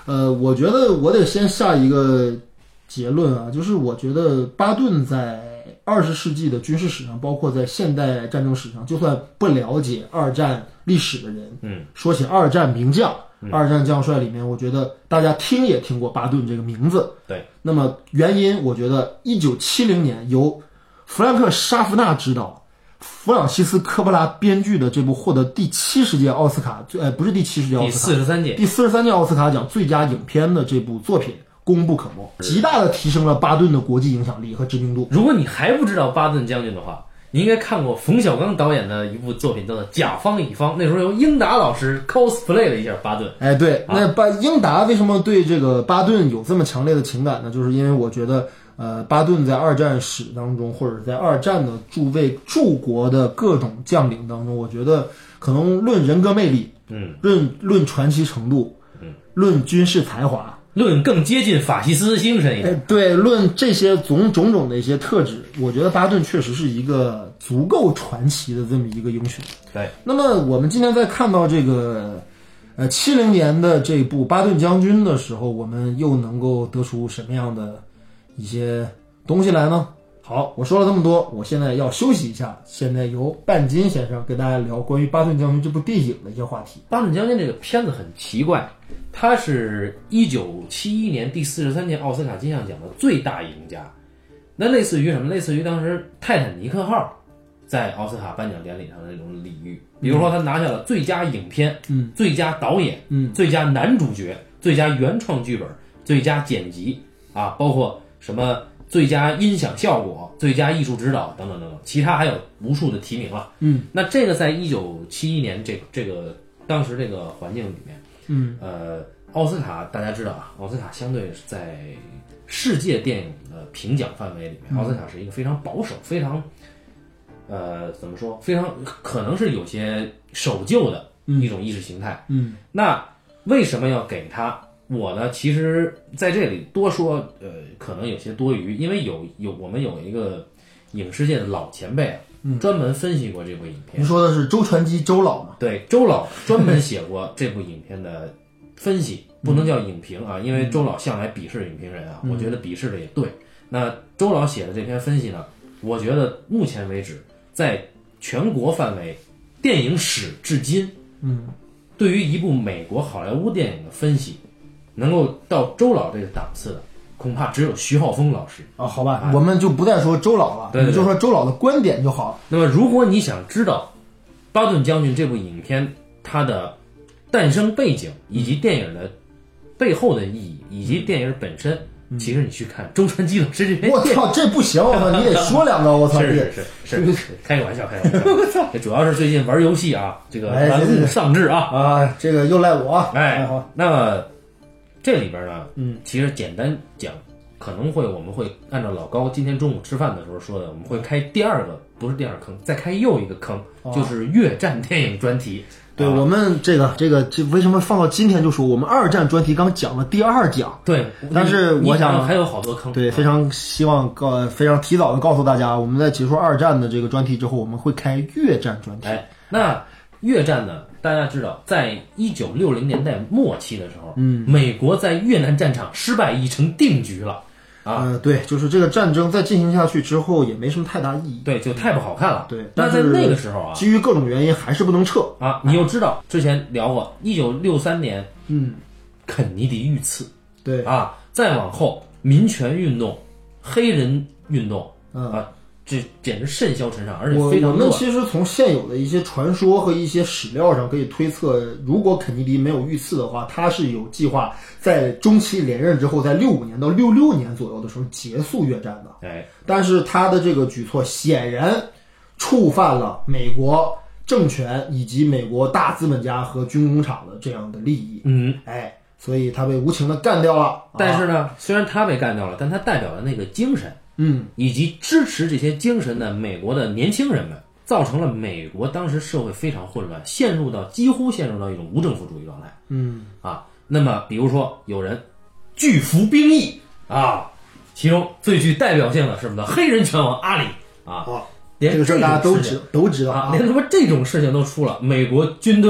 我觉得我得先下一个结论啊，就是我觉得巴顿在20世纪的军事史上，包括在现代战争史上，就算不了解二战历史的人，说起二战名将、二战将帅里面，我觉得大家听也听过巴顿这个名字。 对， 那么原因，我觉得1970年由弗兰克·沙夫纳执导、弗朗西斯·科波拉编剧的这部获得第70届奥斯卡，不是第70届奥斯卡，第43届奥斯卡奖最佳影片的这部作品功不可没，极大的提升了巴顿的国际影响力和知名度。 如果你还不知道巴顿将军的话，你应该看过冯小刚导演的一部作品叫做《甲方乙方》，那时候由英达老师 cosplay 了一下巴顿。 哎，对，那英达为什么对这个巴顿有这么强烈的情感呢？就是因为我觉得巴顿在二战史当中，或者在二战的诸位驻国的各种将领当中，我觉得可能论人格魅力，论传奇程度，论军事才华， 论更接近法西斯精神一点， 对，论这些种种的一些特质，我觉得巴顿确实是一个足够传奇的这么一个英雄。 对， 那么我们今天在看到这个70年的这部巴顿将军的时候，我们又能够得出什么样的一些东西来呢？好，我说了这么多，我现在要休息一下，现在由半斤先生跟大家聊关于巴顿将军这部电影的一些话题。 巴顿将军这个片子很奇怪，他是1971年第43届奥斯卡金像奖的最大赢家。那类似于什么？类似于当时泰坦尼克号在奥斯卡颁奖典礼上的那种礼遇。比如说他拿下了最佳影片、最佳导演、最佳男主角、最佳原创剧本、最佳剪辑啊，包括什么最佳音响效果、最佳艺术指导等等等等，其他还有无数的提名了。那这个在1971年这个当时这个环境里面，奥斯卡大家知道啊，奥斯卡相对是在世界电影的评奖范围里面，奥斯卡是一个非常保守、非常怎么说，非常可能是有些守旧的一种意识形态。那为什么要给他？我呢，其实在这里多说，可能有些多余，因为我们有一个影视界的老前辈专门分析过这部影片。 您说的是周传基周老吗？ 对，周老专门写过这部影片的分析，不能叫影评啊，因为周老向来鄙视影评人啊，我觉得鄙视的也对。那周老写的这篇分析呢，我觉得目前为止，在全国范围电影史至今，对于一部美国好莱坞电影的分析，能够到周老这个档次的，恐怕只有徐浩峰老师啊。好吧，我们就不再说周老了，我们就说周老的观点就好了。 那么，如果你想知道巴顿将军这部影片它的诞生背景，以及电影的背后的意义，以及电影本身，其实你去看周传基老师这篇， 我操，这不行，我操，你得说两个，我操， 是，开个玩笑，我操，这主要是最近玩游戏啊，这个玩物丧志啊， 这个又赖我， 好，那么这里边呢，其实简单讲，可能我们会按照老高今天中午吃饭的时候说的，我们会开第二个，不是第二坑，再开又一个坑，就是越战电影专题。 对，我们这为什么放到今天就说我们二战专题刚讲了第2讲？ 对， 但是我想还有好多坑。 对，非常希望非常提早的告诉大家，我们在结束二战的这个专题之后，我们会开越战专题。 那越战呢？大家知道，在1960年代末期的时候，美国在越南战场失败已成定局了。 对，就是这个战争再进行下去之后也没什么太大意义， 对，就太不好看了。 对， 那在那个时候啊， 基于各种原因还是不能撤啊。你又知道之前聊过，1963年，肯尼迪遇刺， 对啊，再往后民权运动、黑人运动啊，这简直甚嚣尘上，而且非常乱。 我们其实从现有的一些传说和一些史料上可以推测，如果肯尼迪没有遇刺的话，他是有计划在中期连任之后，在65年到66年左右的时候结束越战的。但是他的这个举措显然触犯了美国政权以及美国大资本家和军工厂的这样的利益。所以他被无情的干掉了。 但是呢，虽然他被干掉了，但他代表了那个精神。以及支持这些精神的美国的年轻人们，造成了美国当时社会非常混乱，几乎陷入到一种无政府主义状态。那么比如说有人拒服兵役啊，其中最具代表性的是我们的黑人拳王阿里这个事儿大家都知道连他妈这种事情都出了，美国军队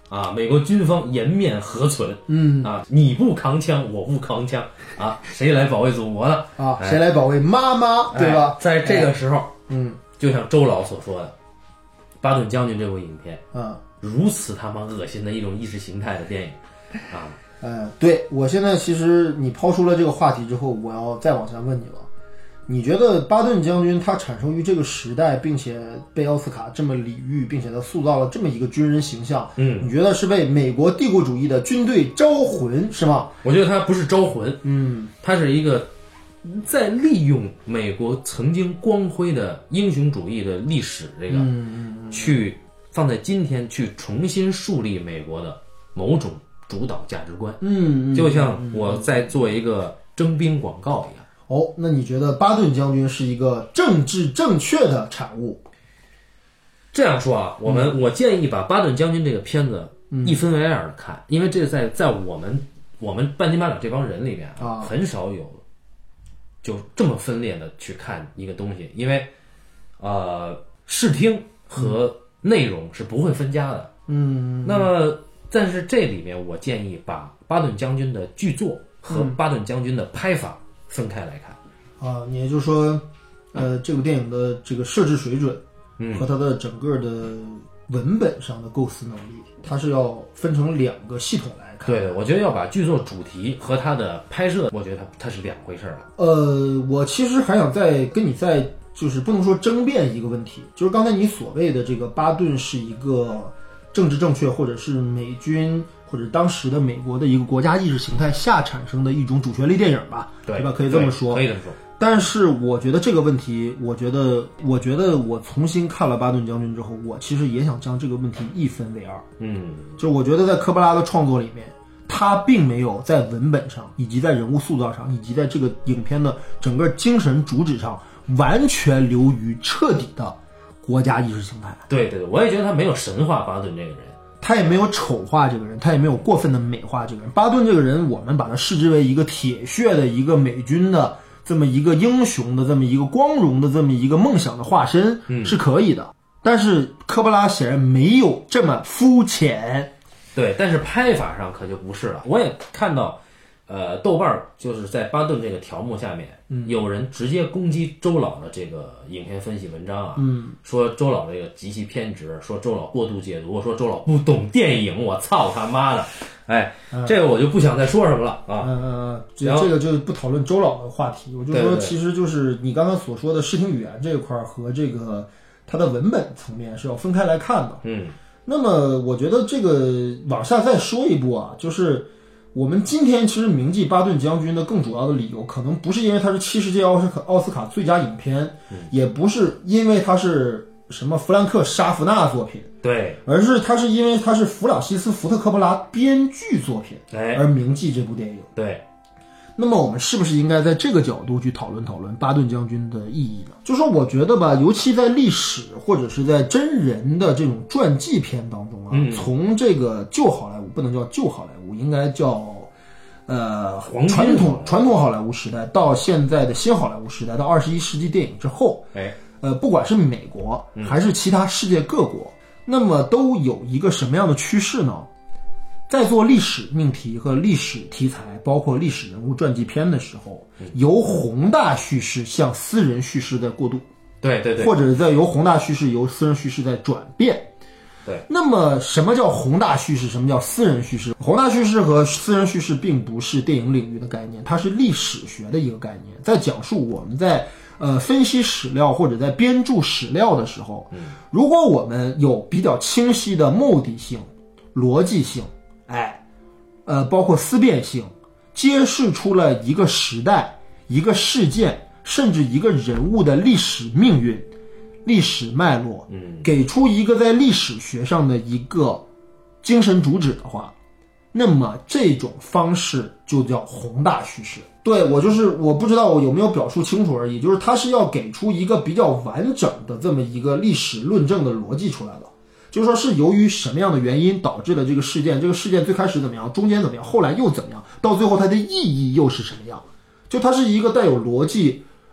啊，美国军方颜面何存？你不扛枪，我不扛枪啊，谁来保卫祖国呢？ 啊，谁来保卫妈妈，对吧？ 在这个时候，就像周老所说的，巴顿将军这部影片，如此他妈恶心的一种意识形态的电影，啊， 对，我现在其实你抛出了这个话题之后，我要再往下问你了。你觉得巴顿将军他产生于这个时代，并且被奥斯卡这么礼遇，并且他塑造了这么一个军人形象，你觉得是被美国帝国主义的军队招魂是吗？ 我觉得他不是招魂，他是一个在利用美国曾经光辉的英雄主义的历史这个，去放在今天去重新树立美国的某种主导价值观，就像我在做一个征兵广告一样。 那你觉得巴顿将军是一个政治正确的产物？ 这样说啊，我建议把巴顿将军这个片子一分为二的看，因为这在我们半斤八两这帮人里面很少有就这么分裂的去看一个东西，因为视听和内容是不会分家的。那么但是这里面我建议把巴顿将军的剧作和巴顿将军的拍法分开来看。 你也就是说，这部电影的这个摄制水准和它的整个的文本上的构思能力，它是要分成两个系统来看。 对，我觉得要把剧作主题和它的拍摄，我觉得它是两回事了。 我其实还想跟你就是不能说争辩一个问题，就是刚才你所谓的这个巴顿是一个政治正确，或者是美军或者当时的美国的一个国家意识形态下产生的一种主旋律电影吧，对吧？可以这么说， 可以这么说。 但是我觉得这个问题，我觉得我重新看了巴顿将军之后，我其实也想将这个问题一分为二。就我觉得在科波拉的创作里面，他并没有在文本上，以及在人物塑造上，以及在这个影片的整个精神主旨上，完全流于彻底的国家意识形态。 对，我也觉得他没有神化巴顿这个人， 他也没有丑化这个人，他也没有过分的美化这个人。巴顿这个人，我们把他视之为一个铁血的一个美军的这么一个英雄的这么一个光荣的这么一个梦想的化身，是可以的。但是科波拉显然没有这么肤浅。 对，但是拍法上可就不是了。我也看到豆瓣就是在巴顿这个条目下面，有人直接攻击周老的这个影片分析文章啊，说周老这个极其偏执，说周老过度解读，说周老不懂电影，我操他妈的！这个我就不想再说什么了啊。 这个就不讨论周老的话题，我就说，其实就是你刚才所说的视听语言这一块和这个它的文本层面是要分开来看的。那么我觉得这个往下再说一步啊，就是我们今天其实铭记巴顿将军的更主要的理由，可能不是因为他是70届奥斯卡最佳影片，也不是因为他是什么弗兰克·沙弗纳作品， 对， 而是他是因为他是弗朗西斯·福特·科波拉编剧作品而铭记这部电影。 对。 那么我们是不是应该在这个角度去讨论巴顿将军的意义呢？就是说我觉得吧，尤其在历史或者是在真人的这种传记片当中啊，从这个旧好莱坞，不能叫旧好莱坞，应该叫传统好莱坞时代到现在的新好莱坞时代，到21世纪电影之后，不管是美国还是其他世界各国，那么都有一个什么样的趋势呢？在做历史命题和历史题材，包括历史人物传记片的时候，由宏大叙事向私人叙事在过渡， 对， 或者在由宏大叙事由私人叙事在转变。 对， 那么什么叫宏大叙事？什么叫私人叙事？宏大叙事和私人叙事并不是电影领域的概念，它是历史学的一个概念，在讲述我们在分析史料或者在编著史料的时候，如果我们有比较清晰的目的性、逻辑性，包括思辨性，揭示出了一个时代、一个事件，甚至一个人物的历史命运、历史脉络，给出一个在历史学上的一个精神主旨的话，那么这种方式就叫宏大叙事。对，我不知道我有没有表述清楚而已，就是它是要给出一个比较完整的这么一个历史论证的逻辑出来的。就是说是由于什么样的原因导致了这个事件最开始怎么样，中间怎么样，后来又怎么样，到最后它的意义又是什么样，就它是一个带有逻辑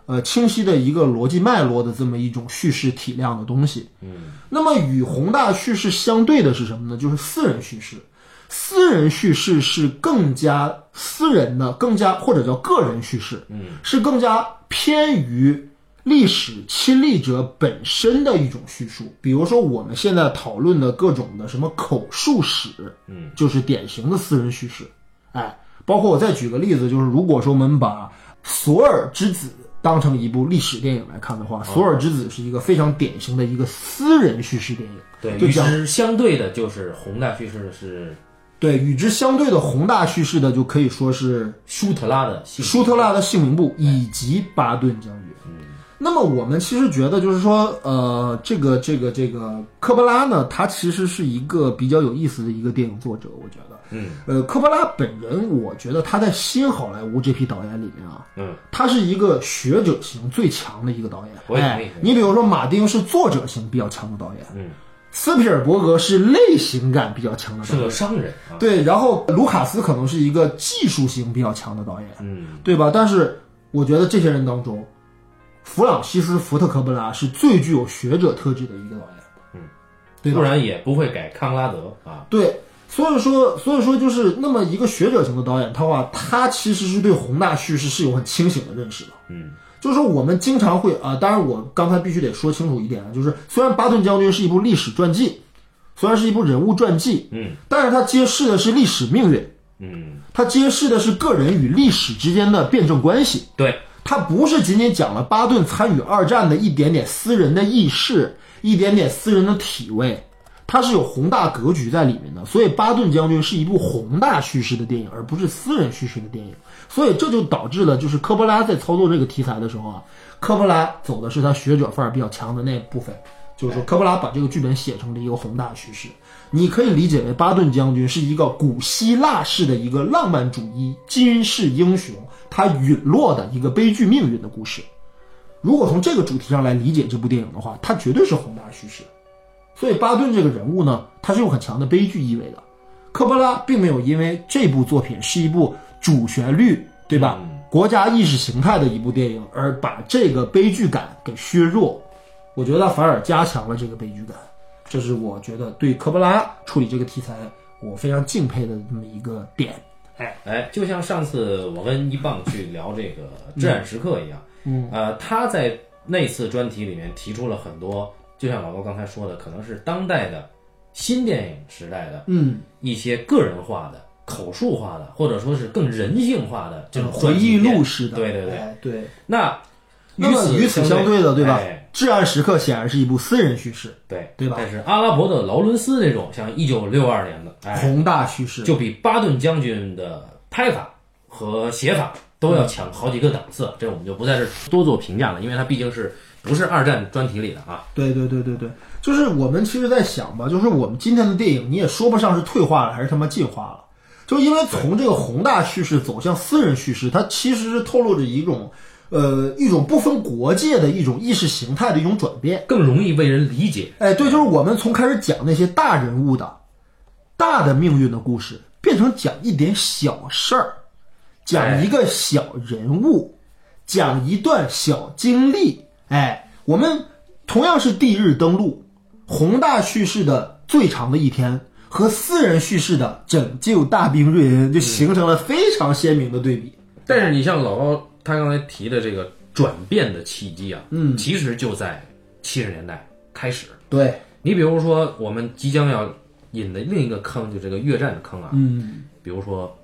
清晰的一个逻辑脉络的这么一种叙事体量的东西。那么与宏大叙事相对的是什么呢？就是私人叙事。私人叙事是更加私人的，更加或者叫个人叙事，是更加偏于历史亲历者本身的一种叙述。比如说我们现在讨论的各种的什么口述史，就是典型的私人叙事。包括我再举个例子，就是如果说我们把索尔之子当成一部历史电影来看的话，索尔之子是一个非常典型的一个私人叙事电影。 对，与之相对的就是宏大叙事是。 对，与之相对的宏大叙事的就可以说是舒特拉的姓名簿以及巴顿将军。那么我们其实觉得就是说，这个科波拉呢，他其实是一个比较有意思的一个电影作者，我觉得。科波拉本人，我觉得他在新好莱坞这批导演里面啊，他是一个学者型最强的一个导演。你比如说马丁是作者型比较强的导演。斯皮尔伯格是类型感比较强的导演， 是个商人啊。 对，然后卢卡斯可能是一个技术型比较强的导演，对吧？但是我觉得这些人当中，弗朗西斯·福特科波拉是最具有学者特质的一个导演，对吧？ 不然也不会改康拉德啊。 对，所以说就是那么一个学者型的导演的话，他其实是对宏大叙事是有很清醒的认识的。就是说我们经常会当然我刚才必须得说清楚一点，就是虽然巴顿将军是一部历史传记，虽然是一部人物传记，但是它揭示的是历史命运，它揭示的是个人与历史之间的辩证关系。 对， 它不是仅仅讲了巴顿参与二战的一点点私人的意识，一点点私人的体味，它是有宏大格局在里面的。所以巴顿将军是一部宏大叙事的电影，而不是私人叙事的电影。所以这就导致了，就是科波拉在操作这个题材的时候啊，科波拉走的是他学者范儿比较强的那部分，就是说科波拉把这个剧本写成了一个宏大叙事。你可以理解为巴顿将军是一个古希腊式的一个浪漫主义军事英雄，他陨落的一个悲剧命运的故事。如果从这个主题上来理解这部电影的话，它绝对是宏大叙事。所以巴顿这个人物呢，他是有很强的悲剧意味的。科波拉并没有因为这部作品是一部主旋律，对吧？国家意识形态的一部电影，而把这个悲剧感给削弱，我觉得他反而加强了这个悲剧感。这是我觉得对科波拉处理这个题材我非常敬佩的这么一个点。 就像上次我跟一棒去聊这个《至暗时刻》一样，他在那次专题里面提出了很多，就像老高刚才说的，可能是当代的新电影时代的一些个人化的口述化的，或者说是更人性化的这种回忆录式的。 对。那与此相对的，对吧？至暗时刻显然是一部私人叙事，对吧？ 但是阿拉伯的劳伦斯这种像1962年的宏大叙事， 就比巴顿将军的拍法和写法都要强好几个档次。这我们就不在这多做评价了，因为它毕竟是不是二战专题里的啊。 对，就是我们其实在想吧，就是我们今天的电影你也说不上是退化了还是他妈进化了，就因为从这个宏大叙事走向私人叙事，它其实是透露着一种不分国界的一种意识形态的一种转变， 更容易为人理解。 对，就是我们从开始讲那些大人物的大的命运的故事，变成讲一点小事儿，讲一个小人物，讲一段小经历。我们同样是地日登陆，宏大叙事的最长的一天和私人叙事的拯救大兵瑞恩就形成了非常鲜明的对比。 但是你像老高他刚才提的这个转变的契机啊，其实就在70年代开始。 对， 你比如说我们即将要引的另一个坑，就这个越战的坑啊，比如说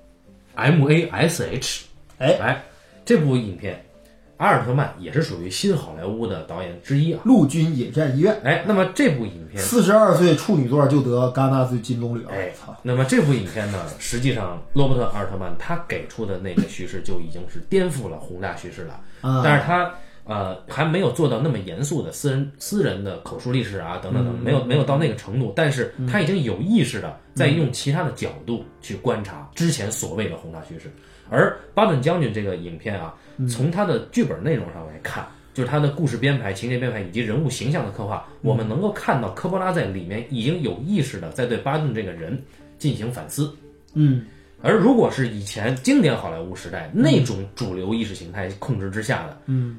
MASH， 这部影片阿尔特曼也是属于新好莱坞的导演之一啊， 陆军野战医院。 那么这部影片 42岁处女座就得戛纳最金棕榈了。 那么这部影片呢，实际上罗伯特·阿尔特曼他给出的那个叙事就已经是颠覆了宏大叙事了，但是他还没有做到那么严肃的私人的口述历史啊等等等，没有到那个程度，但是他已经有意识的在用其他的角度去观察之前所谓的宏大叙事。而巴顿将军这个影片啊，从他的剧本内容上来看，就是他的故事编排、情节编排以及人物形象的刻画，我们能够看到科波拉在里面已经有意识的在对巴顿这个人进行反思。而如果是以前经典好莱坞时代那种主流意识形态控制之下的，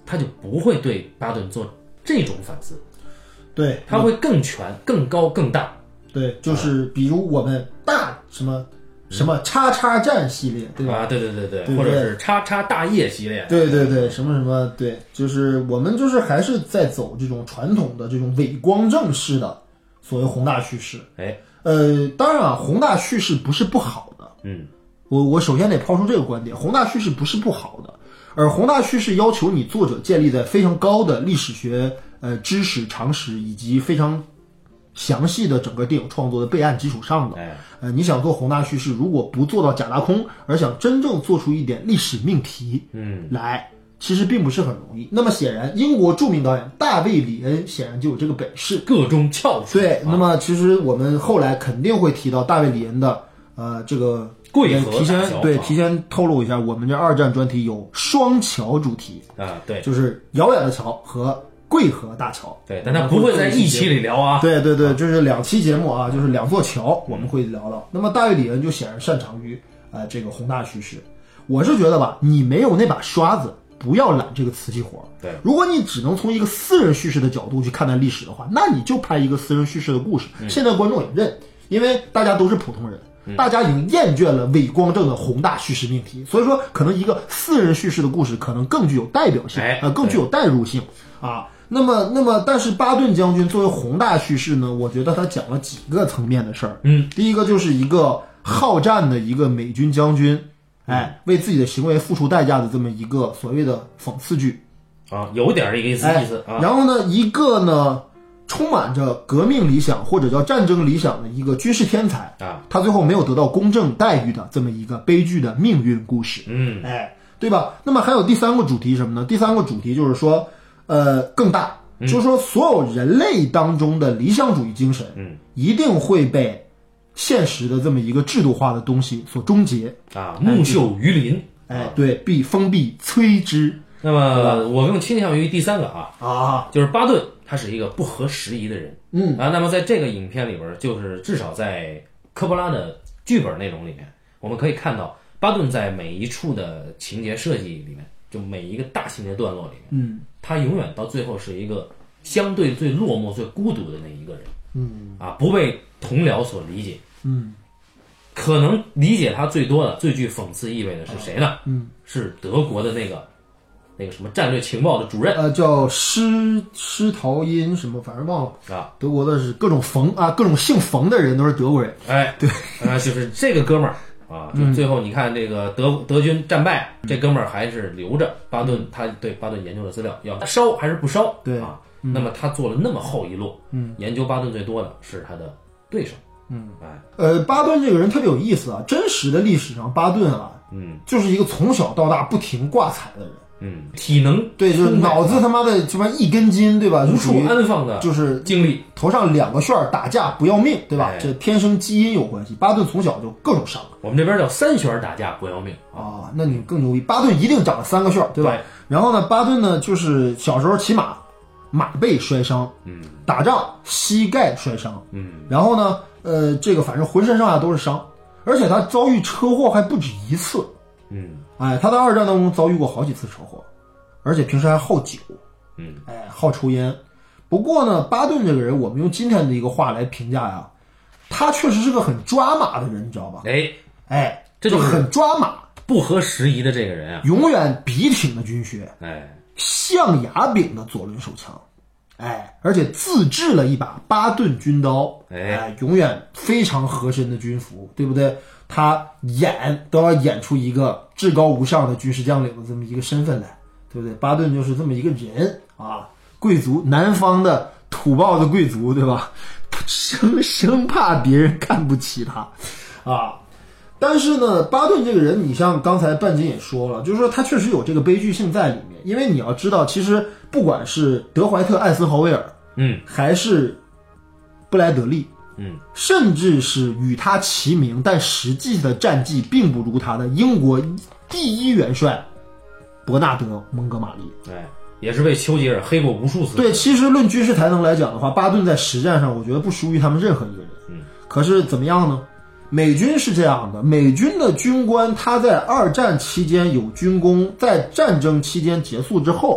他就不会对巴顿做这种反思， 对， 他会更全、更高、更大。 对，就是比如我们大什么叉叉战系列，对吧？ 啊，对， 对或者是叉叉大业系列， 对，什么，对，就是我们就是还是在走这种传统的这种伪光正式的所谓宏大叙事。当然啊，宏大叙事不是不好的。我首先得抛出这个观点，宏大叙事不是不好的，而宏大叙事要求你作者建立在非常高的历史学知识常识以及非常详细的整个电影创作的备案基础上的。你想做宏大叙事，如果不做到假大空，而想真正做出一点历史命题来，其实并不是很容易。那么显然，英国著名导演大卫·李恩显然就有这个本事， 各中翘楚。 对，那么其实我们后来肯定会提到大卫·李恩的这个贵河大桥。 提前透露一下，我们这二战专题有双桥主题啊，对， 就是遥远的桥和贵河大桥。 对，但它不会在一期里聊啊。 对，就是2期节目啊，就是2座桥我们会聊到。那么大卫·李恩就显然擅长于这个宏大叙事。我是觉得吧，你没有那把刷子，不要揽这个瓷器活。 对， 如果你只能从一个私人叙事的角度去看待历史的话，那你就拍一个私人叙事的故事。现在观众也认，因为大家都是普通人。大家已经厌倦了伪光正的宏大叙事命题，所以说可能一个私人叙事的故事可能更具有代表性，更具有代入性啊。那么，但是巴顿将军作为宏大叙事呢，我觉得他讲了几个层面的事儿。第一个就是一个好战的一个美军将军，为自己的行为付出代价的这么一个所谓的讽刺剧啊，有点这个意思啊。 然后呢，一个呢，充满着革命理想或者叫战争理想的一个军事天才啊， 他最后没有得到公正待遇的这么一个悲剧的命运故事。对吧？那么还有第三个主题什么呢？第三个主题就是说，更大，就是说所有人类当中的理想主义精神，一定会被现实的这么一个制度化的东西所终结啊，木秀于林。 对，必封闭摧之。 那么我更倾向于第三个就是巴顿。他是一个不合时宜的人，那么在这个影片里边，就是至少在科波拉的剧本内容里面，我们可以看到巴顿在每一处的情节设计里面，就每一个大情节段落里面，他永远到最后是一个相对最落寞、最孤独的那一个人，不被同僚所理解，可能理解他最多的、最具讽刺意味的是谁呢？是德国的那个什么战略情报的主任，叫施陶因什么，反正忘了啊。德国的是各种冯啊，各种姓冯的人都是德国人。对就是这个哥们儿啊，就最后你看这个德军战败，这哥们儿还是留着巴顿，他对巴顿研究的资料要烧还是不烧？ 对啊，那么他做了那么厚一摞，研究巴顿最多的是他的对手。 巴顿这个人特别有意思啊，真实的历史上巴顿啊，就是一个从小到大不停挂彩的人。 体能对，就是脑子他妈的他妈一根筋，对吧？ 无处安放的， 就是经历， 头上2个旋儿，打架不要命，对吧？这天生基因有关系。巴顿从小就各种伤， 我们这边叫3旋打架不要命啊。那你更牛逼，巴顿一定长了3个旋儿，对吧？然后呢，巴顿呢就是小时候骑马背摔伤，打仗膝盖摔伤，然后呢，这个反正浑身上下都是伤，而且他遭遇车祸还不止一次。他在2战当中遭遇过好几次车祸，而且平时还好酒，好抽烟。不过呢，巴顿这个人，我们用今天的一个话来评价呀，他确实是个很抓马的人，你知道吧？ 这就是很抓马、 不合时宜的这个人啊， 永远笔挺的军靴，象牙柄的左轮手枪，而且自制了一把巴顿军刀，永远非常合身的军服，对不对？他都要演出一个至高无上的军事将领的这么一个身份来，对不对？巴顿就是这么一个人啊，贵族，南方的土豹子贵族，对吧？生怕别人看不起他啊。但是呢，巴顿这个人，你像刚才半斤也说了，就是说他确实有这个悲剧性在里面，因为你要知道，其实不管是德怀特·艾森豪威尔，还是布莱德利，甚至是与他齐名但实际的战绩并不如他的英国第1元帅伯纳德·蒙哥马利， 也是被丘吉尔黑过无数次。 对，其实论军事才能来讲的话，巴顿在实战上我觉得不输于他们任何一个人。可是怎么样呢？美军是这样的，美军的军官他在2战期间有军功，在战争期间结束之后，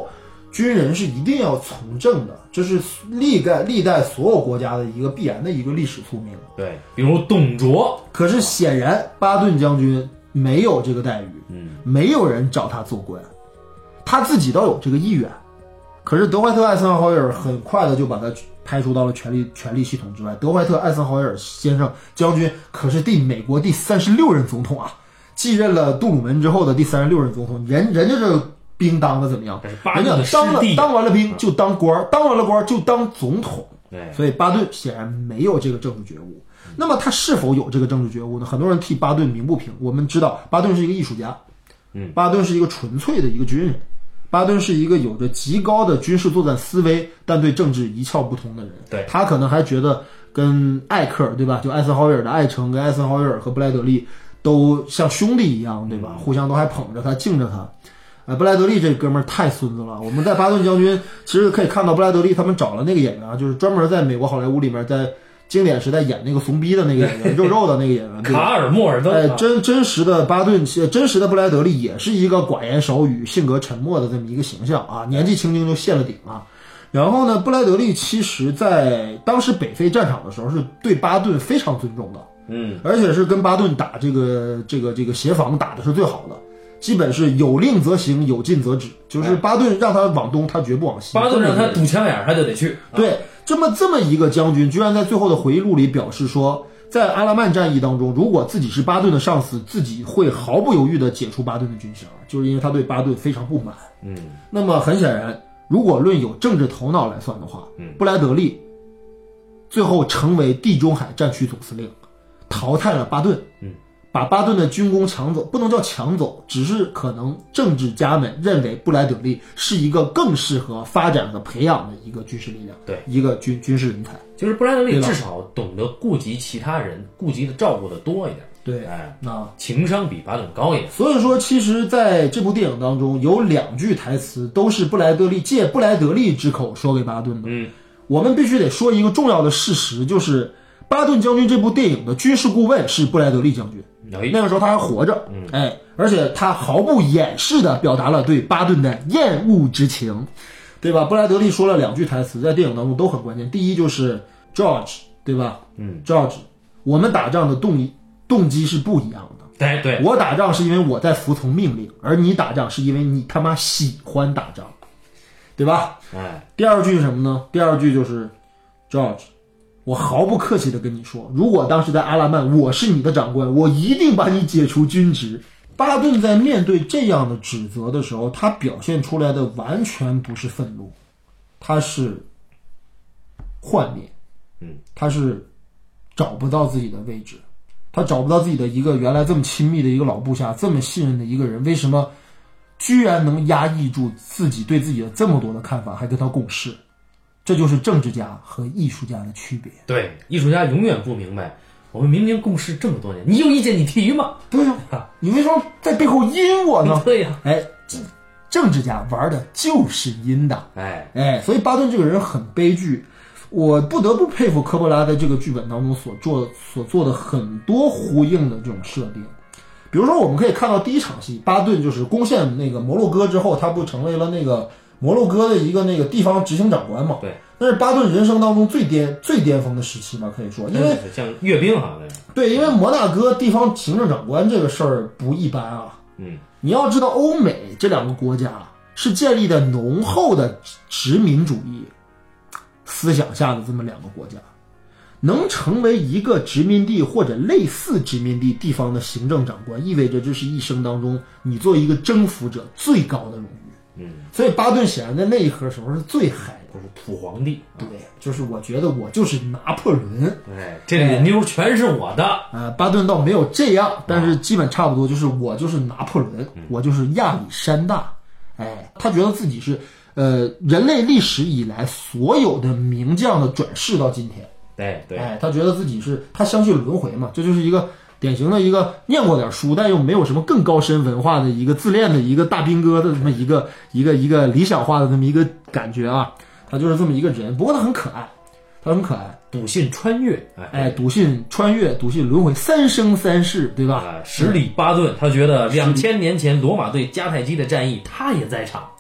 军人是一定要从政的，这是历代所有国家的一个必然的一个历史宿命。 对，比如董卓。 可是显然巴顿将军没有这个待遇，没有人找他做官，他自己倒有这个意愿。可是德怀特·艾森豪威尔很快的就把他排除到了权力系统之外。德怀特·艾森豪威尔先生将军可是美国第36任总统啊，继任了杜鲁门之后的第36任总统。人家这兵当的怎么样？人家当完了兵就当官，当完了官就当总统。所以巴顿显然没有这个政治觉悟。那么他是否有这个政治觉悟呢？很多人替巴顿鸣不平。我们知道巴顿是一个艺术家，巴顿是一个纯粹的一个军人，巴顿是一个有着极高的军事作战思维，但对政治一窍不通的人。 对， 他可能还觉得跟艾克尔，对吧？就艾森豪威尔的艾城跟艾森豪威尔和布莱德利都像兄弟一样，对吧？互相都还捧着他，敬着他。布莱德利这哥们儿太孙子了。我们在巴顿将军其实可以看到，布莱德利他们找了那个演员啊，就是专门在美国好莱坞里面在经典时代演那个怂逼的那个演员，肉的那个演员， 卡尔莫尔登。 真实的巴顿，真实的布莱德利也是一个寡言少语、性格沉默的这么一个形象啊，年纪轻轻就陷了顶啊。然后呢，布莱德利其实在当时北非战场的时候是对巴顿非常尊重的，而且是跟巴顿打这个协防打的是最好的。基本是有令则行，有禁则止，就是巴顿让他往东，他绝不往西。 巴顿让他堵枪眼，他就得去。 对，这么一个将军，居然在最后的回忆录里表示说，在阿拉曼战役当中，如果自己是巴顿的上司，自己会毫不犹豫地解除巴顿的军衔，就是因为他对巴顿非常不满。那么很显然，如果论有政治头脑来算的话，布莱德利最后成为地中海战区总司令，淘汰了巴顿。把巴顿的军功抢走，不能叫抢走，只是可能政治家们认为布莱德利是一个更适合发展和培养的一个军事力量， 对， 一个军事人才。 就是布莱德利至少懂得顾及其他人，顾及的照顾的多一点。 对， 那情商比巴顿高一点。 所以说，其实在这部电影当中有2句台词都是布莱德利借布莱德利之口说给巴顿的。我们必须得说一个重要的事实，就是巴顿将军这部电影的军事顾问是布莱德利将军。那个时候他还活着，而且他毫不掩饰地表达了对巴顿的厌恶之情，对吧？布莱德利说了2句台词，在电影当中都很关键。第一就是 George， 对吧？George， 我们打仗的动机是不一样的。 对， 我打仗是因为我在服从命令，而你打仗是因为你他妈喜欢打仗，对吧？第2句是什么呢？第2句就是 George，我毫不客气地跟你说，如果当时在阿拉曼我是你的长官，我一定把你解除军职。巴顿在面对这样的指责的时候，他表现出来的完全不是愤怒，他是幻灭，他是找不到自己的位置，他找不到自己的一个原来这么亲密的一个老部下，这么信任的一个人，为什么居然能压抑住自己对自己的这么多的看法，还跟他共事？这就是政治家和艺术家的区别。 对，艺术家永远不明白，我们明明共事这么多年，你有意见你提嘛？ 对呀，你为什么在背后阴我呢？ 对呀， 政治家玩的就是阴的，所以巴顿这个人很悲剧。我不得不佩服科波拉在这个剧本当中所做的很多呼应的这种设定。比如说，我们可以看到第一场戏，巴顿就是攻陷那个摩洛哥之后，他不成为了那个摩洛哥的一个那个地方执行长官嘛？ 对， 那是巴顿人生当中最巅峰的时期嘛，可以说，因为像阅兵好像对，因为摩纳哥地方行政长官这个事儿不一般啊。你要知道，欧美这2个国家是建立在浓厚的殖民主义思想下的这么2个国家，能成为一个殖民地或者类似殖民地地方的行政长官，意味着这是一生当中你作为一个征服者最高的荣誉。所以巴顿显然在那一刻时候是最嗨的， 就是土皇帝。 对，就是我觉得我就是拿破仑， 这里的妞全是我的。 巴顿倒没有这样，但是基本差不多，就是我就是拿破仑，我就是亚历山大。他觉得自己是人类历史以来所有的名将的转世到今天。 对， 他觉得自己是，他相信轮回嘛，这就是一个典型的一个念过点书但又没有什么更高深文化的一个自恋的一个大兵哥的这么一个理想化的这么一个感觉啊，他就是这么一个人。不过他很可爱， 笃信穿越， 笃信穿越，笃信轮回，三生三世，对吧？ 十里巴顿，他觉得2000年前罗马对迦太基的战役他也在场。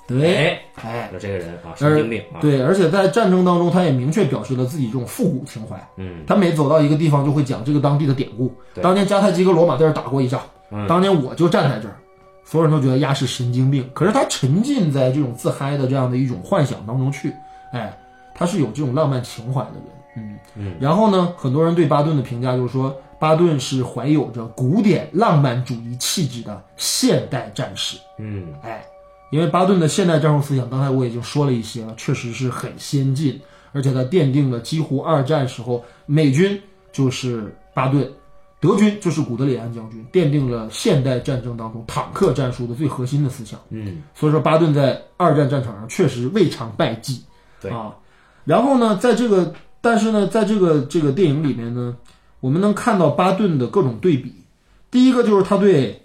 对， 有这个人啊，神经病啊， 对，而且在战争当中，他也明确表示了自己这种复古情怀。他每走到一个地方就会讲这个当地的典故。当年迦太基跟罗马在这打过一仗，当年我就站在这儿，所有人都觉得亚是神经病。可是他沉浸在这种自嗨的这样的一种幻想当中去，他是有这种浪漫情怀的人。然后呢，很多人对巴顿的评价就是说，巴顿是怀有着古典浪漫主义气质的现代战士。因为巴顿的现代战术思想，刚才我已经说了一些了，确实是很先进，而且他奠定了几乎二战时候美军就是巴顿，德军就是古德里安将军，奠定了现代战争当中坦克战术的最核心的思想。所以说巴顿在二战战场上确实未尝败绩。 对啊， 然后呢，在这个电影里面呢，我们能看到巴顿的各种对比。第一个就是他对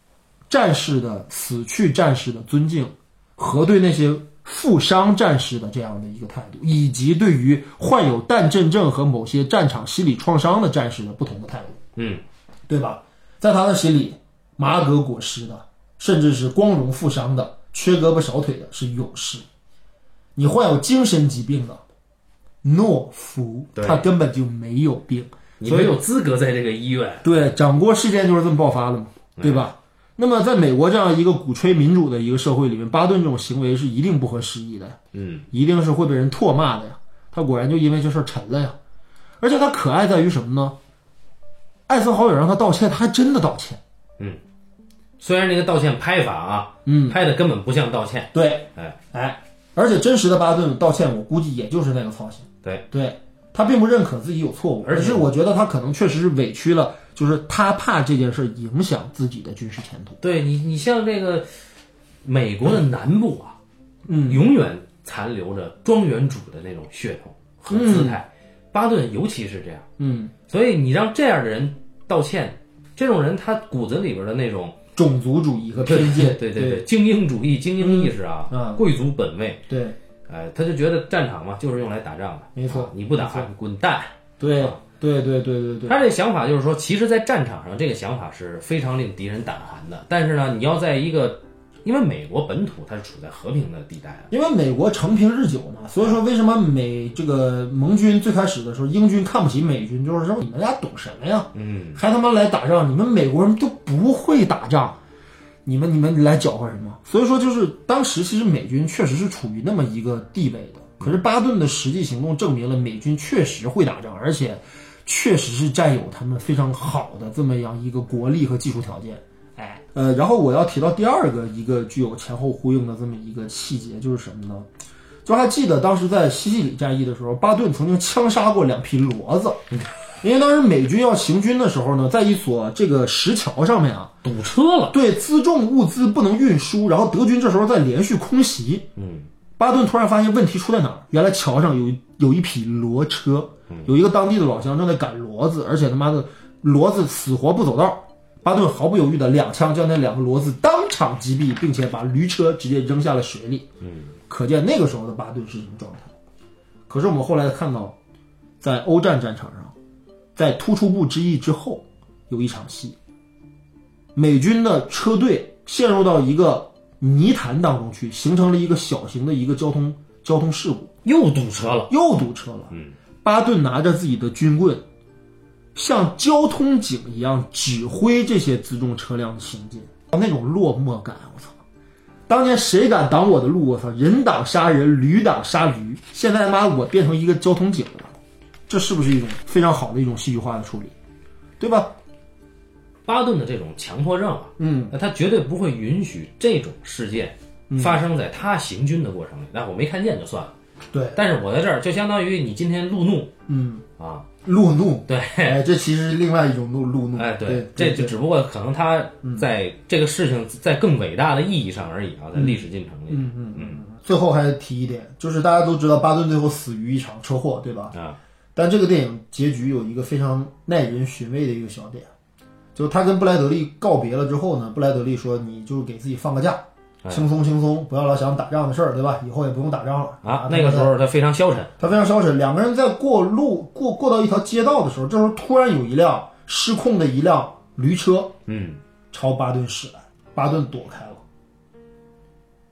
死去战士的尊敬，和对那些负伤战士的这样的一个态度，以及对于患有弹震症和某些战场心理创伤的战士的不同的态度。对吧？在他的心里，马革裹尸的，甚至是光荣负伤的，缺胳膊少腿的是勇士。你患有精神疾病的懦夫，他根本就没有病， 你没有资格在这个医院。 对，掌掴事件就是这么爆发的嘛，对吧？那么在美国这样一个鼓吹民主的一个社会里面，巴顿这种行为是一定不合时宜的，一定是会被人唾骂的呀。他果然就因为这事儿沉了呀。而且他可爱在于什么呢？艾森豪威尔让他道歉，他还真的道歉。 虽然这个道歉拍法啊，拍的根本不像道歉。 对，而且真实的巴顿道歉，我估计也就是那个操性。对，他并不认可自己有错误，而是我觉得他可能确实是委屈了，就是他怕这件事影响自己的军事前途。 对你像这个美国的南部啊，永远残留着庄园主的那种血统和姿态。巴顿尤其是这样。所以你让这样的人道歉，这种人他骨子里边的那种种族主义和偏见， 对，精英主义、精英意识啊，贵族本位， 对， 他就觉得战场嘛就是用来打仗的， 没错， 你不打你滚蛋， 对， 他这想法就是说，其实，在战场上这个想法是非常令敌人胆寒的，但是呢，你要在一个，因为美国本土它是处在和平的地带的， 因为美国承平日久嘛，所以说为什么这个盟军最开始的时候，英军看不起美军，就是说你们俩懂什么呀？还他妈来打仗，你们美国人都不会打仗，你们来搅和什么？所以说就是当时其实美军确实是处于那么一个地位的，可是巴顿的实际行动证明了美军确实会打仗，而且确实是占有他们非常好的这么样一个国力和技术条件。然后我要提到第二个一个具有前后呼应的这么一个细节，就是什么呢？就还记得当时在西西里战役的时候，巴顿曾经枪杀过2匹骡子，因为当时美军要行军的时候呢，在一所这个石桥上面啊堵车了， 对，辎重物资不能运输，然后德军这时候在连续空袭。巴顿突然发现问题出在哪儿，原来桥上有一匹骡车，有一个当地的老乡正在赶骡子，而且他妈的骡子死活不走道。巴顿毫不犹豫的2枪将那2个骡子当场击毙，并且把驴车直接扔下了水里。可见那个时候的巴顿是什么状态。可是我们后来看到，在欧战战场上，在突出部之役之后，有一场戏，美军的车队陷入到一个泥潭当中去，形成了一个小型的一个交通事故， 又堵车了。 巴顿拿着自己的军棍，像交通警一样指挥这些辎重车辆的行进，那种落寞感，我操！当年谁敢挡我的路？我操！人挡杀人，驴挡杀驴。现在妈我变成一个交通警了，这是不是一种非常好的一种戏剧化的处理，对吧？ 巴顿的这种强迫症啊，那他绝对不会允许这种事件发生在他行军的过程里。那我没看见就算了， 对。 但是我在这儿就相当于你今天路怒， 路怒， 对， 这其实是另外一种路怒， 对，这就只不过可能他在这个事情在更伟大的意义上而已啊，在历史进程里。 最后还提一点，就是大家都知道巴顿最后死于一场车祸，对吧？但这个电影结局有一个非常耐人寻味的一个小点，就是他跟布莱德利告别了之后呢，布莱德利说：“你就给自己放个假。”轻松，不要老想打仗的事儿，对吧？以后也不用打仗了啊。那个时候他非常消沉， 两个人在过到一条街道的时候，这时候突然有一辆失控的驴车，朝巴顿驶来，巴顿躲开了。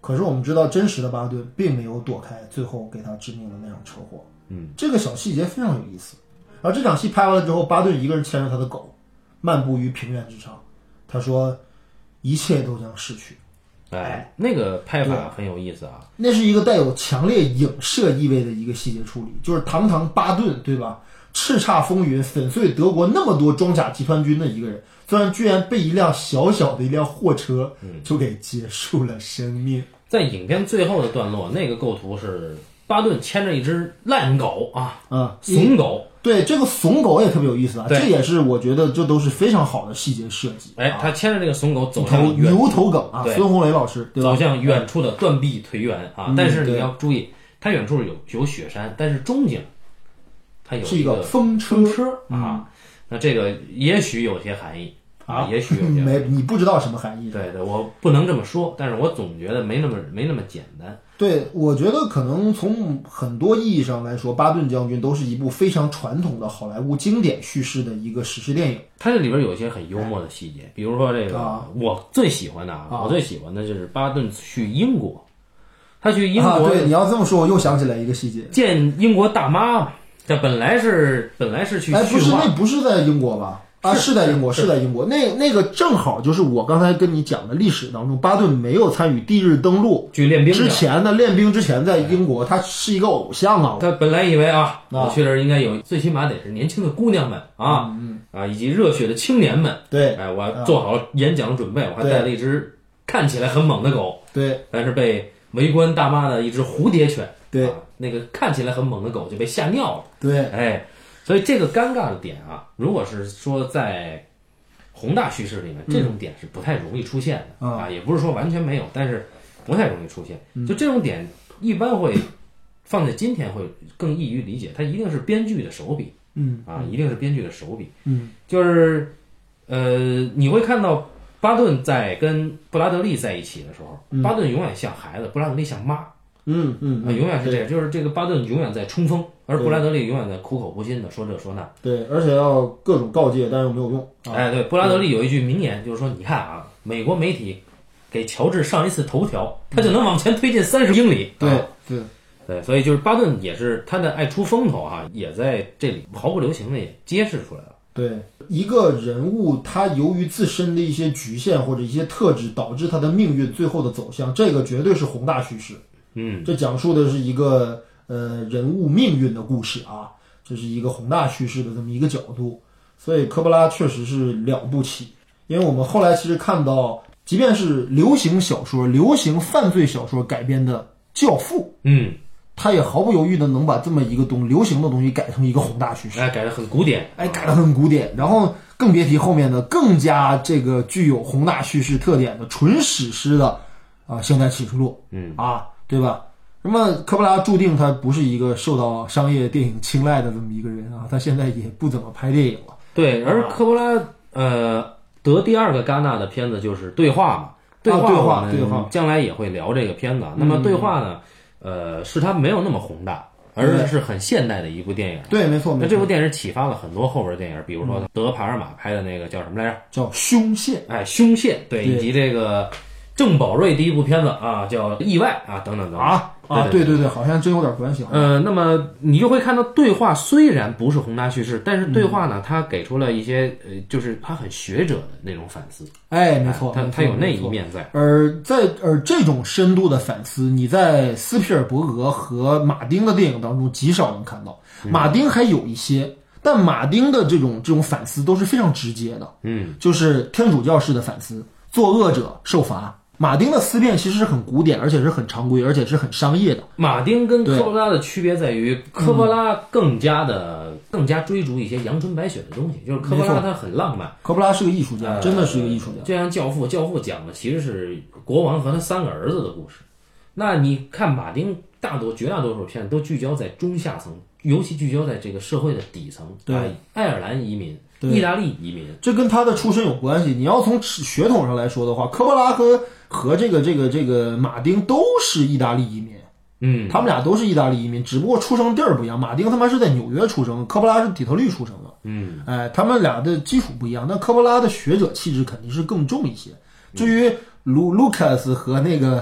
可是我们知道，真实的巴顿并没有躲开最后给他致命的那场车祸。这个小细节非常有意思。而这场戏拍完了之后，巴顿一个人牵着他的狗，漫步于平原之上。他说：“一切都将逝去。” 那个拍法很有意思啊。 那是一个带有强烈影射意味的一个细节处理，就是堂堂巴顿，对吧？叱咤风云，粉碎德国那么多装甲集团军的一个人，居然被一辆小小的一辆货车就给结束了生命。 在影片最后的段落，那个构图是巴顿牵着一只烂狗怂狗。 对，这个怂狗也特别有意思啊，这也是我觉得这都是非常好的细节设计。 他牵着这个怂狗走向牛头梗啊，孙红雷老师对吧？ 走向远处的断壁颓原啊，但是你要注意，它远处有雪山，但是中景它有一个风车啊，那这个也许有些含义啊，也许有些你不知道什么含义。 对，我不能这么说，但是我总觉得没那么简单。 对，我觉得可能从很多意义上来说，巴顿将军都是一部非常传统的好莱坞经典叙事的一个史诗电影。 它这里边有一些很幽默的细节，比如说这个我最喜欢的我最喜欢的就是巴顿去英国，他去英国对，你要这么说，我又想起来一个细节， 见英国大妈嘛。这本来是去不是在英国吧？是在英国，是在英国。那个正好就是我刚才跟你讲的历史当中，巴顿没有参与地日登陆去练兵之前的练兵之前，在英国他是一个偶像啊。 他本来以为我去这儿应该有最起码得是年轻的姑娘们以及热血的青年们。 对， 我做好演讲准备，我还带了一只看起来很猛的狗。 对， 但是被围观大妈的一只蝴蝶犬， 对， 那个看起来很猛的狗就被吓尿了。 对， 所以这个尴尬的点如果是说在宏大叙事里面，这种点是不太容易出现的也不是说完全没有，但是不太容易出现。就这种点一般会放在今天会更易于理解，它一定是编剧的手笔，一定是编剧的手笔。就是你会看到巴顿在跟布拉德利在一起的时候，巴顿永远像孩子，布拉德利像妈。永远是这样，就是这个巴顿永远在冲锋，而布拉德利永远在苦口婆心的说这说那。 对，而且要各种告诫，但是又没有用。 对，布拉德利有一句名言，就是说，你看美国媒体给乔治上一次头条，他就能往前推进30英里。对，所以就是巴顿也是他的爱出风头也在这里毫不留情的也揭示出来了。 对，一个人物他由于自身的一些局限或者一些特质，导致他的命运最后的走向，这个绝对是宏大叙事。这讲述的是一个人物命运的故事这是一个宏大叙事的这么一个角度，所以科波拉确实是了不起。因为我们后来其实看到，即便是流行小说、流行犯罪小说改编的《教父》，他也毫不犹豫的能把这么一个流行的东西改成一个宏大叙事， 改得很古典， 改得很古典。然后更别提后面的更加这个具有宏大叙事特点的纯史诗的《圣诞启示录》，对吧？那么科波拉注定他不是一个受到商业电影青睐的这么一个人他现在也不怎么拍电影了。 对，而科波拉得第2个戛纳的片子就是《对话》嘛，对话将来也会聊这个片子。那么《对话》呢，是它没有那么宏大，而是很现代的一部电影。 对，没错。 那这部电影启发了很多后边的电影，比如说德帕尔玛拍的那个叫什么来着？ 叫《凶线》。 凶线。对，以及这个郑宝瑞第一部片子叫《意外》等等对，好像真有点关系。 那么你就会看到对话虽然不是宏大叙事，但是对话呢，它给出了一些就是它很学者的那种反思。 没错， 它有那一面在。 而这种深度的反思，你在斯皮尔伯格和马丁的电影当中极少能看到。马丁还有一些，但马丁的这种反思都是非常直接的。就是天主教式的反思，作恶者受罚。马丁的思辨其实是很古典，而且是很常规，而且是很商业的。 马丁跟科波拉的区别在于，科波拉更加追逐一些阳春白雪的东西，就是科波拉他很浪漫。 科波拉是个艺术家，真的是一个艺术家。 就像教父讲的其实是国王和他3个儿子的故事。那你看马丁绝大多数片都聚焦在中下层，尤其聚焦在这个社会的底层。 对， 爱尔兰移民。意大利移民， 这跟他的出身有关系。你要从血统上来说的话，科波拉和这个马丁都是意大利移民。他们俩都是意大利移民，只不过出生地儿不一样。马丁他妈是在纽约出生，科波拉是底特律出生的。他们俩的基础不一样。那科波拉的学者气质肯定是更重一些。至于卢卡斯和那个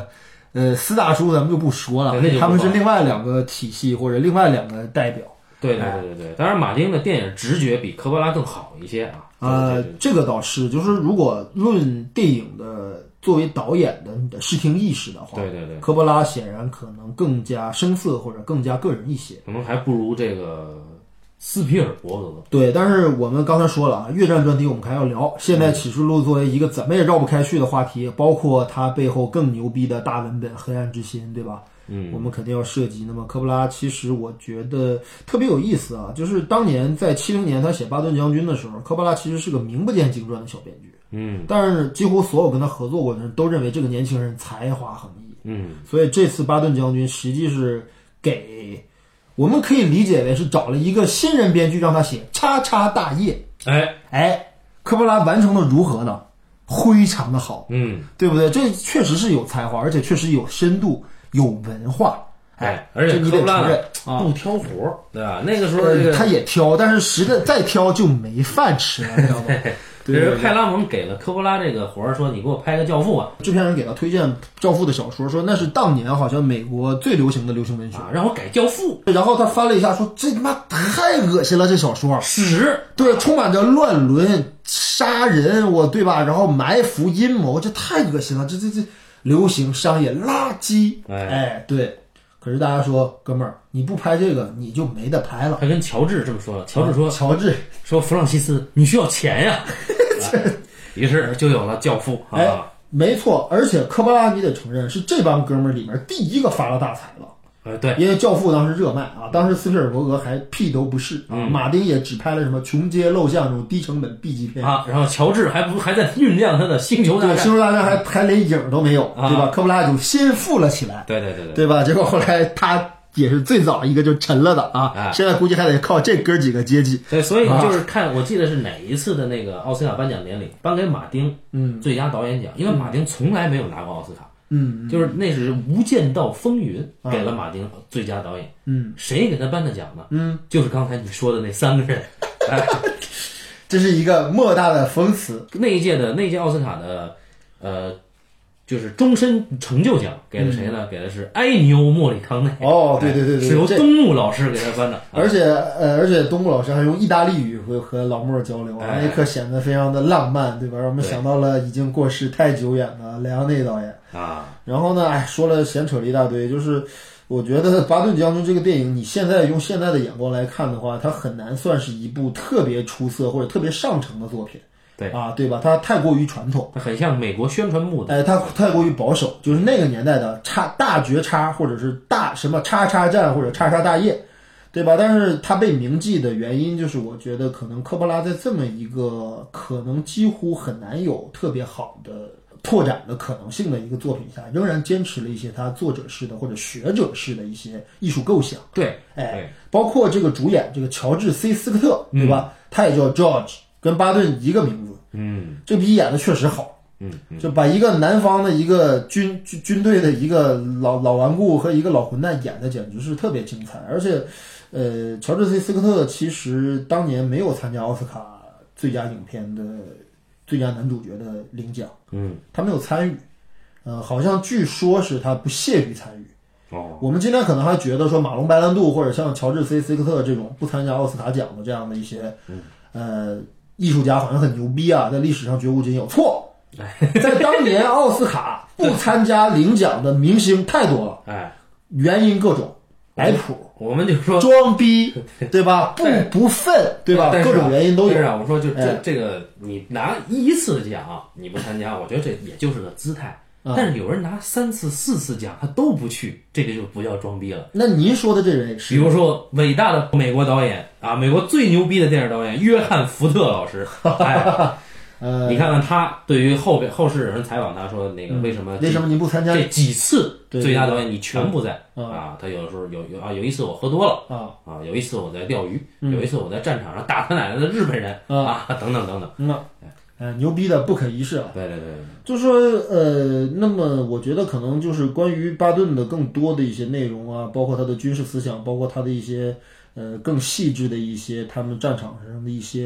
四大叔咱们就不说了，他们是另外2个体系或者另外2个代表。 对，当然马丁的电影直觉比科波拉更好一些啊。 这个倒是，就是如果论电影的作为导演的你的视听意识的话， 对， 科波拉显然可能更加生涩或者更加个人一些， 可能还不如这个斯皮尔伯格。 对，但是我们刚才说了啊，越战专题我们还要聊。现在启示录作为一个怎么也绕不开去的话题，包括它背后更牛逼的大文本《黑暗之心》，对吧？我们肯定要涉及。那么科波拉其实我觉得特别有意思啊，就是当年在70年他写巴顿将军的时候，科波拉其实是个名不见经传的小编剧，但是几乎所有跟他合作过的人都认为这个年轻人才华横溢，所以这次巴顿将军实际是给我们可以理解为是找了一个新人编剧让他写叉叉大业，科波拉完成的如何呢？非常的好，对不对？这确实是有才华，而且确实有深度。有文化， 而且你得承认不挑活，对吧？那个时候他也挑，但是实在再挑就没饭吃了，知道吗？ 对，派拉蒙给了科波拉这个活儿，说你给我拍个《教父》啊。 制片人给他推荐《教父》的小说，说那是当年好像美国最流行的流行文学， 让我改《教父》。 然后他翻了一下，说这他妈太恶心了，这小说屎， 对，充满着乱伦、杀人，对吧？然后埋伏、阴谋，这太恶心了，这流行商业垃圾，对。可是大家说，哥们儿，你不拍这个，你就没得拍了。 他跟乔治这么说了，乔治说，弗朗西斯，你需要钱呀。于是就有了《教父》 没错。而且科波拉你得承认，是这帮哥们儿里面第一个发了大财了。 对， 因为《教父》当时热卖啊，当时斯皮尔伯格还屁都不是啊，马丁也只拍了什么穷街陋巷这种低成本 B 级片然后乔治还在酝酿他的《星球大战》， 星球大战还连影都没有，对吧？科波拉就先富了起来， 对吧？结果后来他也是最早一个就沉了的啊，现在估计还得靠这哥几个接济。 对，所以就是看，我记得是哪一次的那个奥斯卡颁奖典礼颁给马丁最佳导演奖，因为马丁从来没有拿过奥斯卡。就是那是《无间道风云》给了马丁最佳导演。谁给他颁的奖呢？就是刚才你说的那3个人。 这是一个莫大的讽刺。 那一届奥斯卡的就是终身成就奖给了谁呢？给的是埃尼欧·莫里康内。 对， 是由东木老师给他颁的。 而且东木老师还用意大利语会和老莫交流，那一刻显得非常的浪漫，对吧？让我们想到了已经过世太久远的莱昂内导演。然后呢，说了闲扯了一大堆，就是我觉得《巴顿将军》这个电影，你现在用现在的眼光来看的话，它很难算是一部特别出色或者特别上乘的作品。对吧？它太过于传统， 它很像美国宣传部的。 它太过于保守，就是那个年代的大绝叉，或者是大什么叉叉战或者叉叉大业，对吧？但是它被铭记的原因，就是我觉得可能科波拉在这么一个可能几乎很难有特别好的拓展的可能性的一个作品下，仍然坚持了一些他作者式的或者学者式的一些艺术构想。包括这个主演这个乔治 C 斯科特，对吧？他也叫 George， 跟巴顿一个名字。这批演的确实好。就把一个南方的一个军队的一个老顽固和一个老混蛋演的简直是特别精彩。而且乔治 C 斯科特其实当年没有参加奥斯卡最佳影片的最佳男主角的领奖，他没有参与，好像据说是他不屑于参与。我们今天可能还觉得说马龙白兰度或者像乔治 C 斯科特这种不参加奥斯卡奖的这样的一些艺术家好像很牛逼啊，在历史上绝无仅有。错，在当年奥斯卡不参加领奖的明星太多了，原因各种，摆谱， 我们就说装逼，对吧？不忿，对吧？各种原因都有。 我说就这个，你拿1次奖你不参加，我觉得这也就是个姿态。但是有人拿3次、4次奖，他都不去，这个就不叫装逼了。 那您说的这人也是， 比如说伟大的美国导演美国最牛逼的电影导演约翰·福特老师，你看看他对于后世有人采访他说那个为什么你不参加这几次最佳导演你全不在他有的时候有一次我喝多了有一次我在钓鱼，有一次我在战场上打他奶奶的日本人等等等等。 牛逼的不可一世啊！ 对， 就是说那么我觉得可能就是关于巴顿的更多的一些内容包括他的军事思想，包括他的一些更细致的一些他们战场上的一些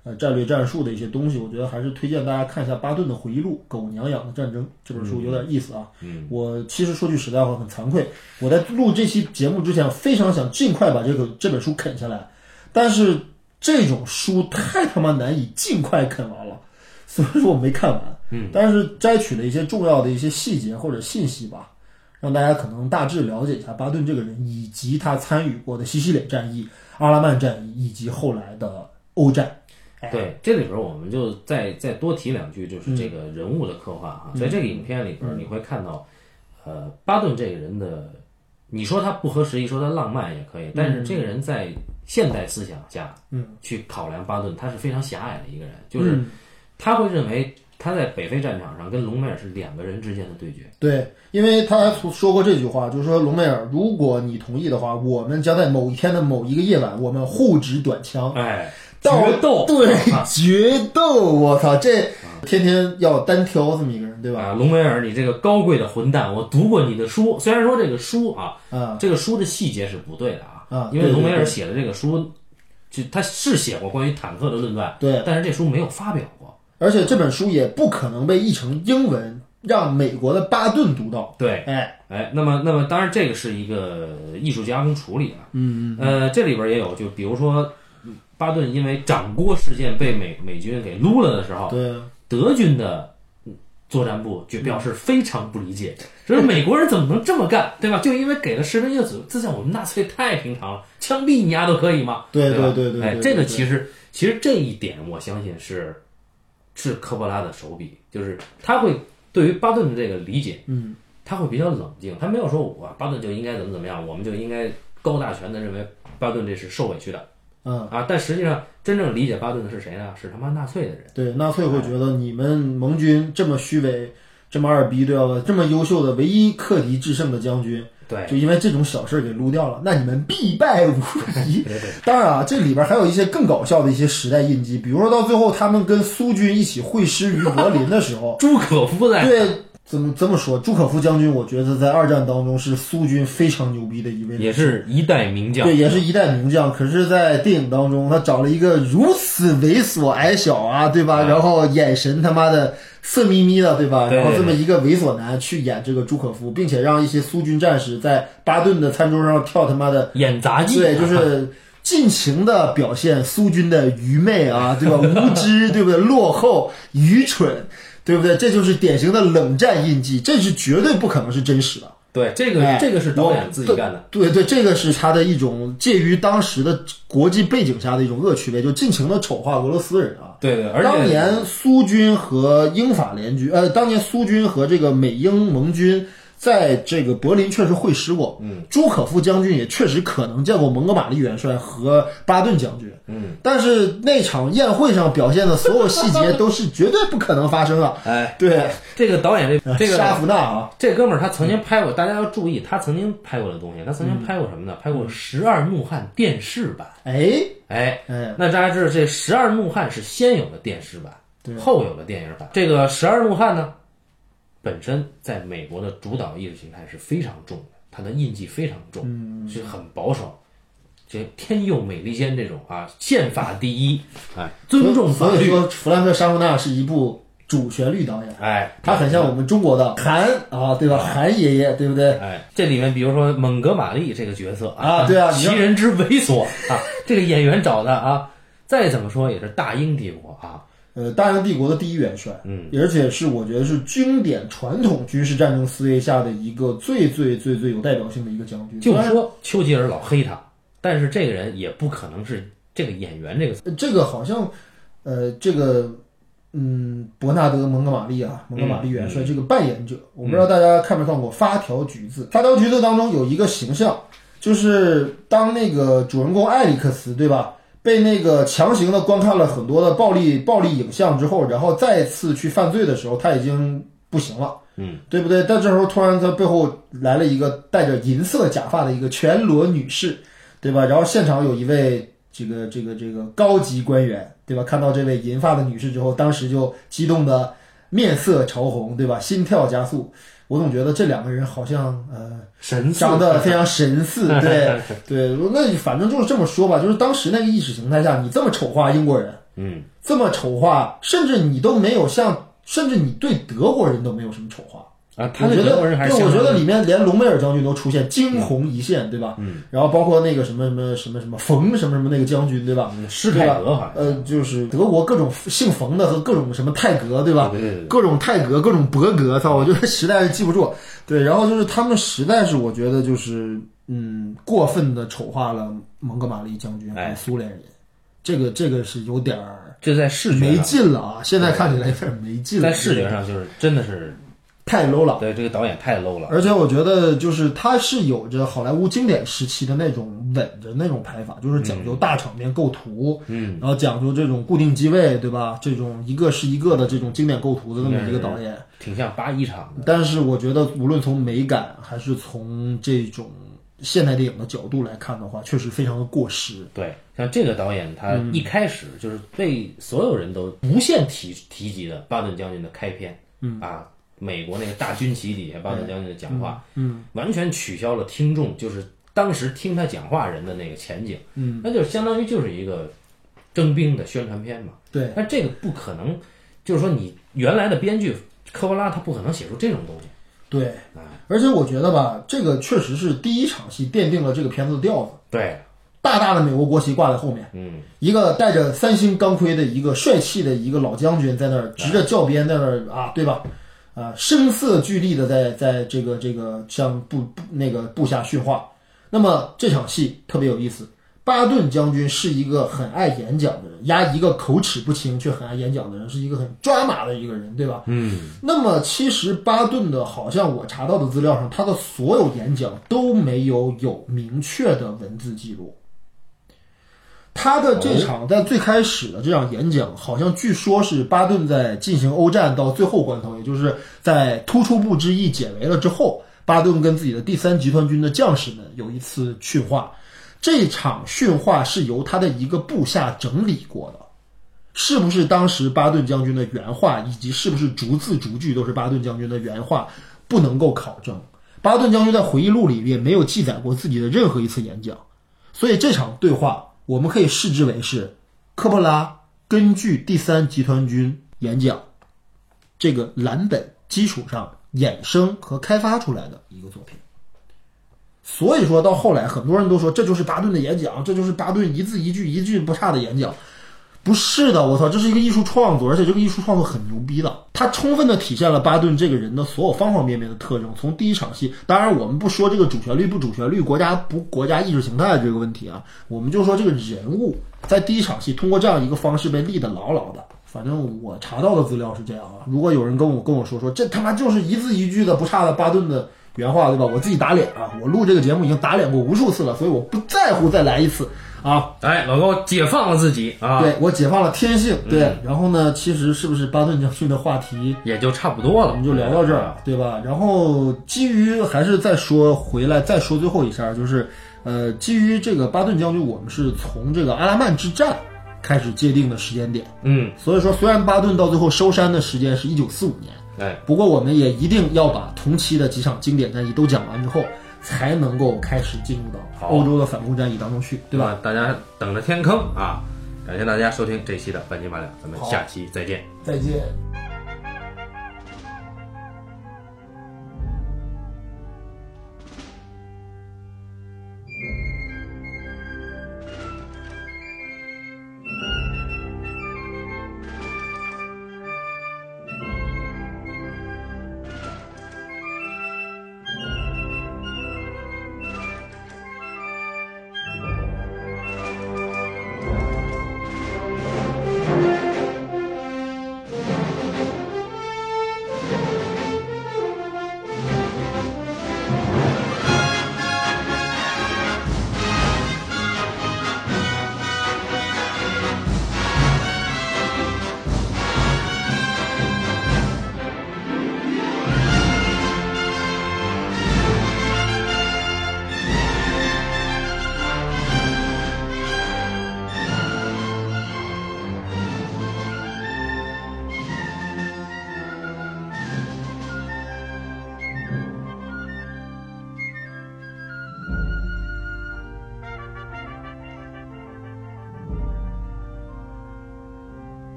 战略战术的一些东西，我觉得还是推荐大家看一下巴顿的回忆录《狗娘养的战争》这本书，有点意思啊。我其实说句实在话，很惭愧，我在录这期节目之前非常想尽快把这本书啃下来，但是这种书太他妈难以尽快啃完了，所以说我没看完。但是摘取了一些重要的一些细节或者信息吧，让大家可能大致了解一下巴顿这个人，以及他参与过的西西里战役、阿拉曼战役，以及后来的欧战。 对，这里边我们就再多提两句，就是这个人物的刻画哈。在这个影片里边，你会看到，巴顿这个人的，你说他不合时宜，说他浪漫也可以，但是这个人在现代思想下，去考量巴顿，他是非常狭隘的一个人，就是他会认为他在北非战场上跟隆美尔是两个人之间的对决。 对，因为他还说过这句话，就是说隆美尔，如果你同意的话，我们将在某一天的某一个夜晚，我们互掷短枪。 决斗， 对，决斗，我操，这天天要单挑这么一个人，对吧？ 隆美尔，你这个高贵的混蛋，我读过你的书，虽然说这个书这个书的细节是不对的因为隆美尔写的这个书，就他是写过关于坦克的论断， 对， 但是这书没有发表过， 而且这本书也不可能被译成英文，让美国的巴顿读到。 对，那么当然这个是一个艺术加工处理这里边也有，就比如说。巴顿因为掌掴事件被美军给撸了的时候， 对， 德军的作战部就表示非常不理解，说美国人怎么能这么干，对吧？就因为给了士兵一个自在我们纳粹太平常了，枪毙你丫都可以吗？ 对， 这个其实这一点我相信是科波拉的手笔，就是他会对于巴顿的这个理解，他会比较冷静，他没有说巴顿就应该怎么样，我们就应该高大全的认为巴顿这是受委屈的。但实际上真正理解巴顿的是谁呢？是他妈纳粹的人。 对，纳粹会觉得你们盟军这么虚伪，这么二逼，对吧？这么优秀的唯一克敌制胜的将军， 对， 就因为这种小事给撸掉了，那你们必败无疑。当然这里边还有一些更搞笑的一些时代印记，比如说到最后他们跟苏军一起会师于柏林的时候， 朱可夫在。 对。怎么说？朱可夫将军，我觉得在二战当中是苏军非常牛逼的一位， 也是一代名将。 对，也是一代名将。可是，在电影当中，他找了一个如此猥琐矮小对吧？然后眼神他妈的色眯眯的，对吧？然后这么一个猥琐男去演这个朱可夫，并且让一些苏军战士在巴顿的餐桌上跳他妈的演杂技， 对，就是尽情的表现苏军的愚昧对吧？无知，对不对？落后，愚蠢。对不对？这就是典型的冷战印记，这是绝对不可能是真实的。 对，这个是导演自己干的。 对，这个是他的一种介于当时的国际背景下的一种恶趣味，就尽情的丑化俄罗斯人对，而且当年苏军和英法联军，当年苏军和这个美英盟军在这个柏林确实会师过。朱可夫将军也确实可能见过蒙哥马利元帅和巴顿将军。但是那场宴会上表现的所有细节都是绝对不可能发生对， 这个导演这个沙弗纳这哥们儿他曾经拍过，大家要注意，他曾经拍过的东西，他曾经拍过什么呢？拍过《12怒汉》电视版。那大家知道这《12怒汉》是先有的电视版，后有的电影版。这个《12怒汉》呢？本身在美国的主导意识形态是非常重的，它的印记非常重，是很保守，这天佑美利坚这种宪法第一，尊重法律。 所以说，弗兰克·沙夫纳是一部主旋律导演，他很像我们中国的韩对吧？韩爷爷，对不对？ 这里面比如说蒙哥马利这个角色对其人之猥琐这个演员找的再怎么说也是大英帝国大英帝国的第一元帅，而且是我觉得是经典传统军事战争思维下的一个最有代表性的一个将军。 就说丘吉尔老黑他，但是这个人也不可能是这个演员这个好像这个伯纳德·蒙哥马利元帅这个扮演者，我不知道大家看没看过《发条橘子》。发条橘子当中有一个形象，就是当那个主人公艾利克斯，对吧？被那个强行的观看了很多的暴力影像之后，然后再次去犯罪的时候，他已经不行了，对不对？但这时候突然他背后来了一个戴着银色假发的一个全裸女士，对吧？然后现场有一位这个高级官员，对吧？看到这位银发的女士之后，当时就激动的面色潮红，对吧？心跳加速。我总觉得这两个人好像神似， 长得非常神似，对，那反正就是这么说吧，就是当时那个意识形态下，你这么丑化英国人， 这么丑化，甚至你都没有甚至你对德国人都没有什么丑化。 他对德国人还是我觉得里面连隆美尔将军都出现惊鸿一现，对吧？然后包括那个什么冯什么那个将军，对吧？ 施泰格好像就是德国各种姓冯的和各种什么泰格，对吧？ 对， 各种泰格，各种伯格，操，我觉得实在是记不住。对，然后就是他们实在是我觉得就是过分的丑化了蒙哥马利将军和苏联人，这个是有点儿， 这在视觉上没劲了啊！现在看起来有点没劲了， 在视觉上就是真的是。 太 low 了， 对，这个导演太 low 了， 而且我觉得就是他是有着好莱坞经典时期的那种稳着那种拍法，就是讲究大场面构图，然后讲究这种固定机位，对吧？这种一个是一个的这种经典构图的那么一个导演， 挺像81场的。 但是我觉得无论从美感还是从这种现代电影的角度来看的话，确实非常的过时。 对，像这个导演，他一开始就是被所有人都无限提及的巴顿将军的开篇，美国那个大军旗底下巴顿将军的讲话，完全取消了听众就是当时听他讲话人的那个前景，那就相当于就是一个征兵的宣传片嘛。 对， 但这个不可能，就是说你原来的编剧科波拉他不可能写出这种东西。 对，而且我觉得吧，这个确实是第一场戏奠定了这个片子的调子。 对， 大大的美国国旗挂在后面，一个带着3星钢盔的一个帅气的一个老将军在那儿执着教鞭在那儿啊，对吧？声色俱厉的在这个向部下训话。那么这场戏特别有意思，巴顿将军是一个很爱演讲的人，一个口齿不清却很爱演讲的人，是一个很抓马的一个人，对吧？那么其实巴顿的，好像我查到的资料上，他的所有演讲都没有明确的文字记录。他的这场在最开始的这场演讲，好像据说是巴顿在进行欧战到最后关头，也就是在突出部之役解围了之后，巴顿跟自己的第3集团军的将士们有一次训话。这场训话是由他的一个部下整理过的，是不是当时巴顿将军的原话，以及是不是逐字逐句都是巴顿将军的原话，不能够考证。巴顿将军在回忆录里也没有记载过自己的任何一次演讲，所以这场对话我们可以视之为是科波拉根据第3集团军演讲这个蓝本基础上衍生和开发出来的一个作品。所以说到后来很多人都说这就是巴顿的演讲，这就是巴顿一字一句一句不差的演讲。不是的，我操，这是一个艺术创作，而且这个艺术创作很牛逼的，它充分的体现了巴顿这个人的所有方方面面的特征。从第一场戏，当然我们不说这个主旋律不主旋律，国家意识形态这个问题啊，我们就说这个人物在第一场戏通过这样一个方式被立得牢牢的。反正我查到的资料是这样啊，如果有人跟我说这他妈就是一字一句的不差的巴顿的原话，对吧？我自己打脸啊，我录这个节目已经打脸过无数次了，所以我不在乎再来一次啊！ 哎，老高解放了自己啊！ 对，我解放了天性。对，然后呢，其实是不是巴顿将军的话题也就差不多了， 我们就聊到这儿，对吧？然后基于还是再说最后一下，就是基于这个巴顿将军，我们是从这个阿拉曼之战开始界定的时间点。所以说虽然巴顿到最后收山的时间是1945年，不过我们也一定要把同期的几场经典战役都讲完之后，才能够开始进入到欧洲的反攻战役当中去，对吧？ 大家等着填坑啊！感谢大家收听这期的半斤八两，咱们下期再见。 再见。